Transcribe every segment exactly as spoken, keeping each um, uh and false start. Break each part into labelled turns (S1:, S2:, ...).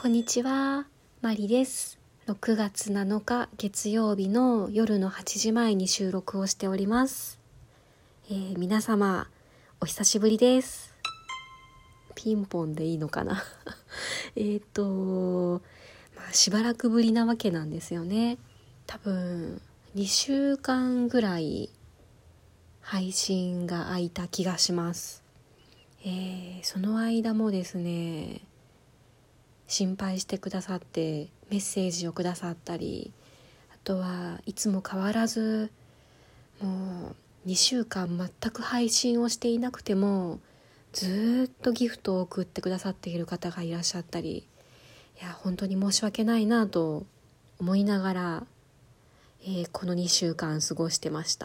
S1: こんにちは、マリです。ろくがつなのか月曜日の夜のはちじまえに収録をしております。えー、皆様お久しぶりです。ピンポンでいいのかなえっと、まあ、しばらくぶりなわけなんですよね。多分にしゅうかんぐらい配信が空いた気がします。えー、その間もですね、心配してくださってメッセージをくださったり、あとはいつも変わらずもうにしゅうかん全く配信をしていなくてもずっとギフトを送ってくださっている方がいらっしゃったり、いや本当に申し訳ないなと思いながら、えー、このにしゅうかん過ごしてました。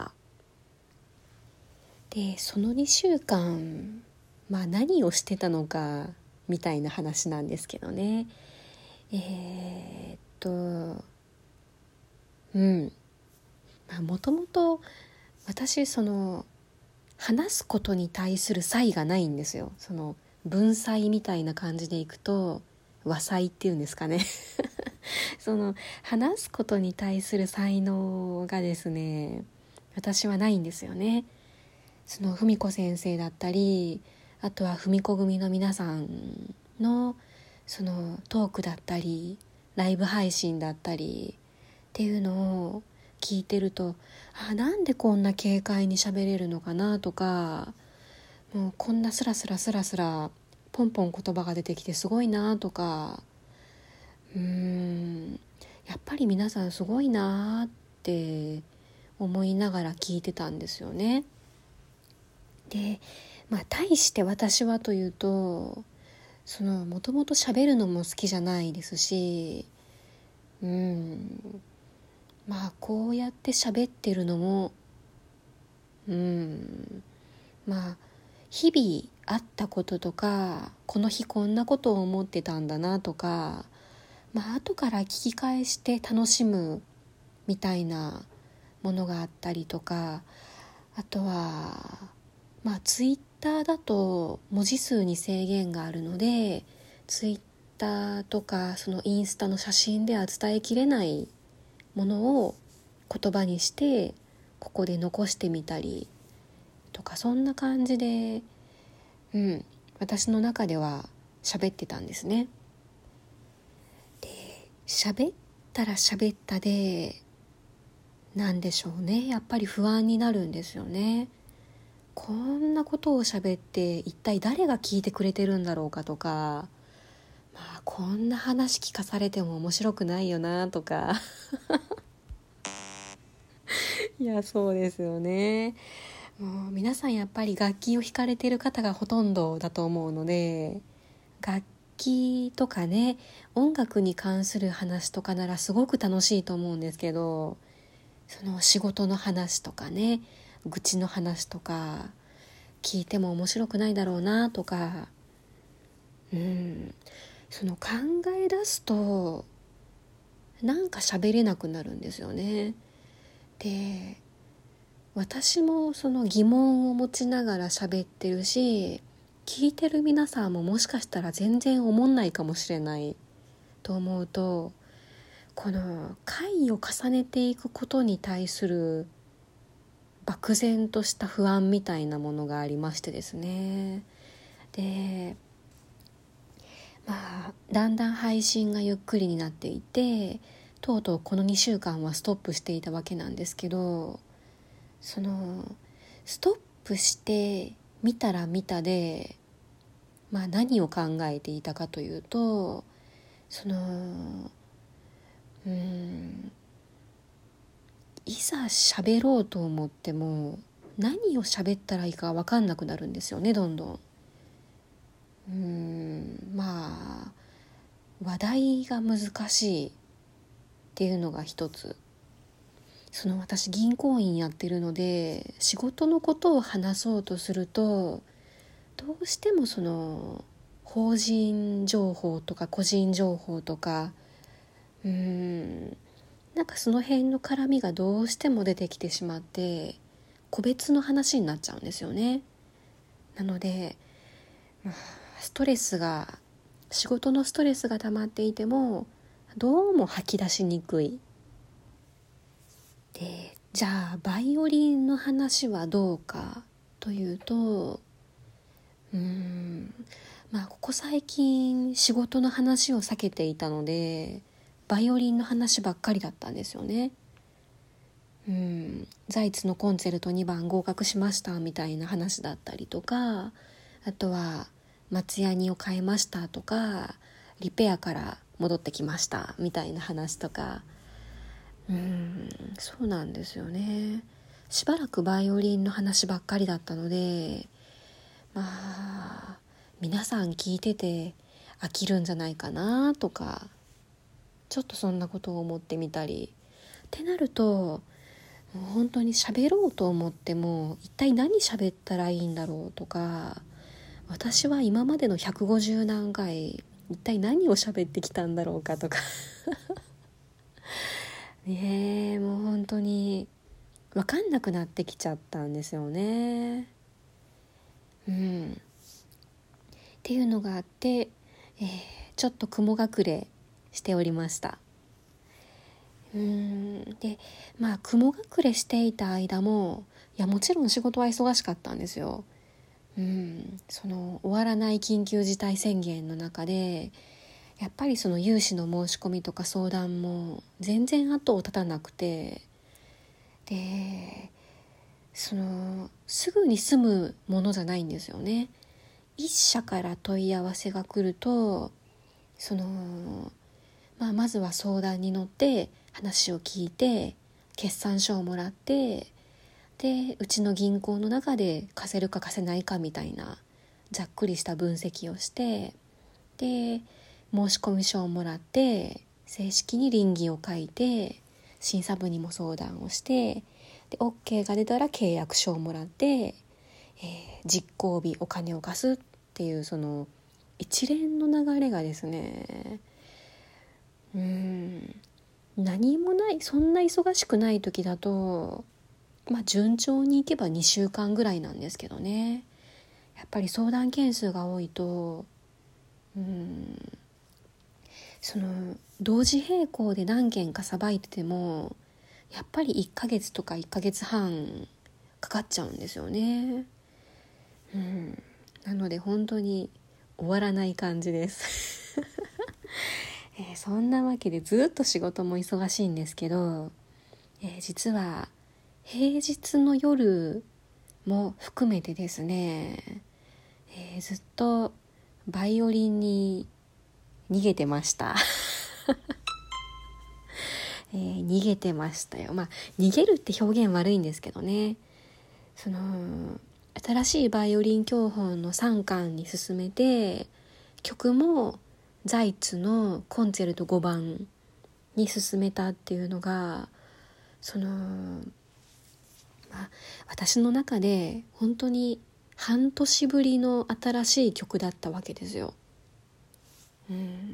S1: でそのにしゅうかん、まあ何をしてたのかみたいな話なんですけどね。えー、っとうんまあもともと私その話すことに対する才がないんですよ。その文才みたいな感じでいくと和才っていうんですかねその話すことに対する才能がですね、私はないんですよね。その文子先生だったり、あとは文子組の皆さんのそのトークだったりライブ配信だったりっていうのを聞いてると、あ、なんでこんな軽快に喋れるのかなとか、もうこんなスラスラスラスラポンポン言葉が出てきてすごいなとか、うーんやっぱり皆さんすごいなって思いながら聞いてたんですよね。で、まあ対して私はというと、そのもともと喋るのも好きじゃないですし、うんまあこうやって喋ってるのもうんまあ日々あったこととか、この日こんなことを思ってたんだなとか、まあ後から聞き返して楽しむみたいなものがあったりとか、あとはまあツイッターだと文字数に制限があるので、ツイッターとかそのインスタの写真では伝えきれないものを言葉にしてここで残してみたりとか、そんな感じで、うん、私の中では喋ってたんですね。で、喋ったら喋ったで、なんでしょうね、やっぱり不安になるんですよね。こんなことを喋って一体誰が聞いてくれてるんだろうかとか、まあこんな話聞かされても面白くないよなとかいやそうですよね。もう皆さんやっぱり楽器を弾かれている方がほとんどだと思うので、楽器とかね、音楽に関する話とかならすごく楽しいと思うんですけど、その仕事の話とかね、愚痴の話とか聞いても面白くないだろうなとか、うんその考え出すとなんか喋れなくなるんですよね。で私もその疑問を持ちながら喋ってるし、聞いてる皆さんももしかしたら全然思んないかもしれないと思うと、この回を重ねていくことに対する漠然とした不安みたいなものがありましてですね。でまあだんだん配信がゆっくりになっていて、とうとうこのにしゅうかんはストップしていたわけなんですけど、そのストップして見たら見たで、まあ何を考えていたかというと、そのうーんいざ喋ろうと思っても何を喋ったらいいか分かんなくなるんですよね、どんどん。うーんまあ話題が難しいっていうのが一つ。その私銀行員やってるので、仕事のことを話そうとするとどうしてもその法人情報とか個人情報とか、うーんなんかその辺の絡みがどうしても出てきてしまって、個別の話になっちゃうんですよね。なので、まあストレスが仕事のストレスが溜まっていてもどうも吐き出しにくい。で、じゃあバイオリンの話はどうかというと、うーんまあここ最近仕事の話を避けていたのでバイオリンの話ばっかりだったんですよね。うんザイツのコンチェルトにばん合格しましたみたいな話だったりとか、あとは松ヤニを買いましたとか、リペアから戻ってきましたみたいな話とか、うーんそうなんですよね。しばらくバイオリンの話ばっかりだったので、まあ皆さん聞いてて飽きるんじゃないかなとか、ちょっとそんなことを思ってみたりってなると、もう本当に喋ろうと思っても一体何喋ったらいいんだろうとか、私は今までのひゃくごじゅうなんかい一体何を喋ってきたんだろうかとかねえ、もう本当に分かんなくなってきちゃったんですよね。うんっていうのがあって、えーちょっと雲隠れしておりました。うーんでまあ雲隠れしていた間も、いやもちろん仕事は忙しかったんですよ。うんその終わらない緊急事態宣言の中でやっぱりその融資の申し込みとか相談も全然後を絶たなくて、でそのすぐに済むものじゃないんですよね。一社から問い合わせが来ると、その、まあ、まずは相談に乗って話を聞いて決算書をもらって、でうちの銀行の中で貸せるか貸せないかみたいなざっくりした分析をして、で申し込み書をもらって正式に稟議を書いて審査部にも相談をして、で OK が出たら契約書をもらって、えー実行日お金を貸すっていう、その一連の流れがですね、うーん何もない、そんな忙しくない時だとまあ順調にいけばにしゅうかんぐらいなんですけどね、やっぱり相談件数が多いと、うーんその同時並行で何件かさばいててもやっぱりいっかげつとかいっかげつはんかかっちゃうんですよね。うん、なので本当に終わらない感じですえーそんなわけでずっと仕事も忙しいんですけど、えー実は平日の夜も含めてですね、えーずっとバイオリンに逃げてましたえー逃げてましたよ。まあ逃げるって表現悪いんですけどね、その新しいバイオリン教本のさんかんに進めて、曲もザイツのコンチェルトごばんに進めたっていうのが、その、まあ、私の中で本当に半年ぶりの新しい曲だったわけですよ。うん、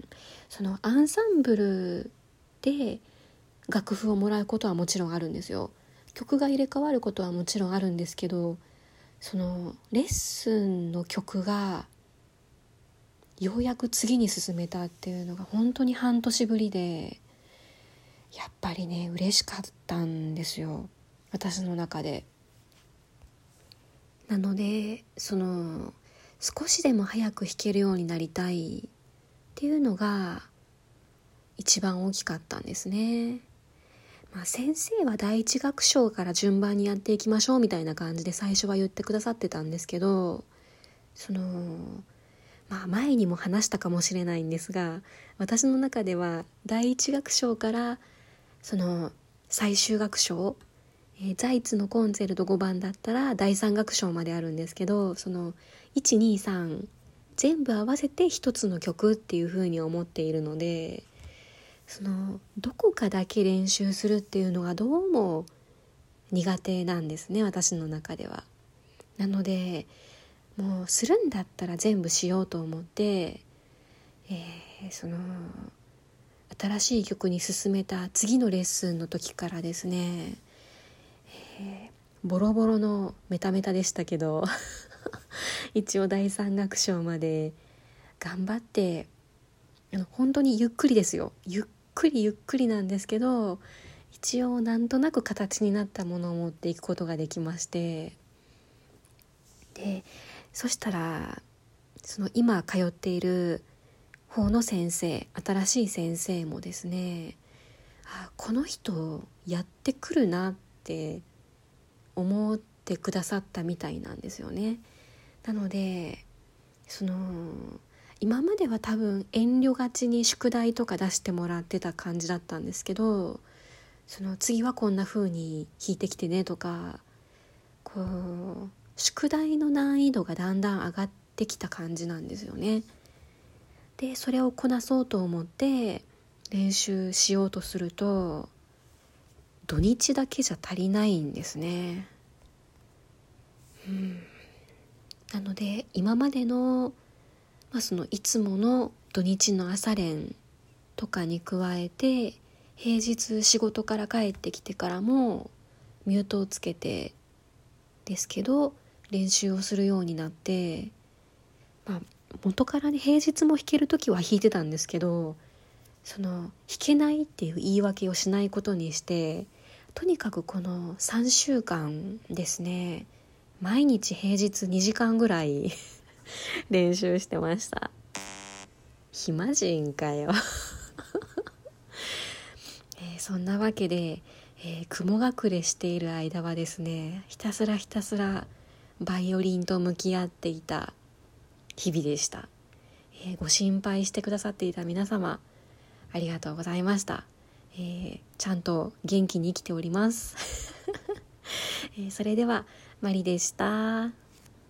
S1: そのアンサンブルで楽譜をもらうことはもちろんあるんですよ。曲が入れ替わることはもちろんあるんですけど、そのレッスンの曲がようやく次に進めたっていうのが本当に半年ぶりで、やっぱりね嬉しかったんですよ、私の中で。なのでその少しでも早く弾けるようになりたいっていうのが一番大きかったんですね。まあ、先生は第一楽章から順番にやっていきましょうみたいな感じで最初は言ってくださってたんですけど、そのまあ前にも話したかもしれないんですが、私の中では第一楽章からその最終楽章、えー、ザイツのコンチェルトごばんだったらだいさん楽章まであるんですけど、そのいちにさん全部合わせて一つの曲っていう風に思っているので、そのどこかだけ練習するっていうのがどうも苦手なんですね、私の中では。なのでもうするんだったら全部しようと思って、えー、その新しい曲に進めた次のレッスンの時からですね、えー、ボロボロのメタメタでしたけど一応だいさん楽章まで頑張ってあの本当にゆっくりですよ。ゆっくりゆっくりなんですけど、一応なんとなく形になったものを持っていくことができまして、でそしたらその今通っている方の先生、新しい先生もですね、あ、この人やってくるなって思ってくださったみたいなんですよね。なのでその今までは多分遠慮がちに宿題とか出してもらってた感じだったんですけど、その次はこんな風に弾いてきてねとか、こう宿題の難易度がだんだん上がってきた感じなんですよね。でそれをこなそうと思って練習しようとすると、土日だけじゃ足りないんですね。うん、なので今までの、まあ、そのいつもの土日の朝練とかに加えて、平日仕事から帰ってきてからもミュートをつけてですけど練習をするようになって、まあ、元からね平日も弾ける時は弾いてたんですけど、その弾けないっていう言い訳をしないことにして、とにかくこのさんしゅうかんですね、毎日平日にじかんぐらい練習してました。暇人かよ、えー、そんなわけで、えー、雲隠れしている間はですね、ひたすらひたすらバイオリンと向き合っていた日々でした。えー、ご心配してくださっていた皆様、ありがとうございました。えー、ちゃんと元気に生きております、えー、それではマリでした。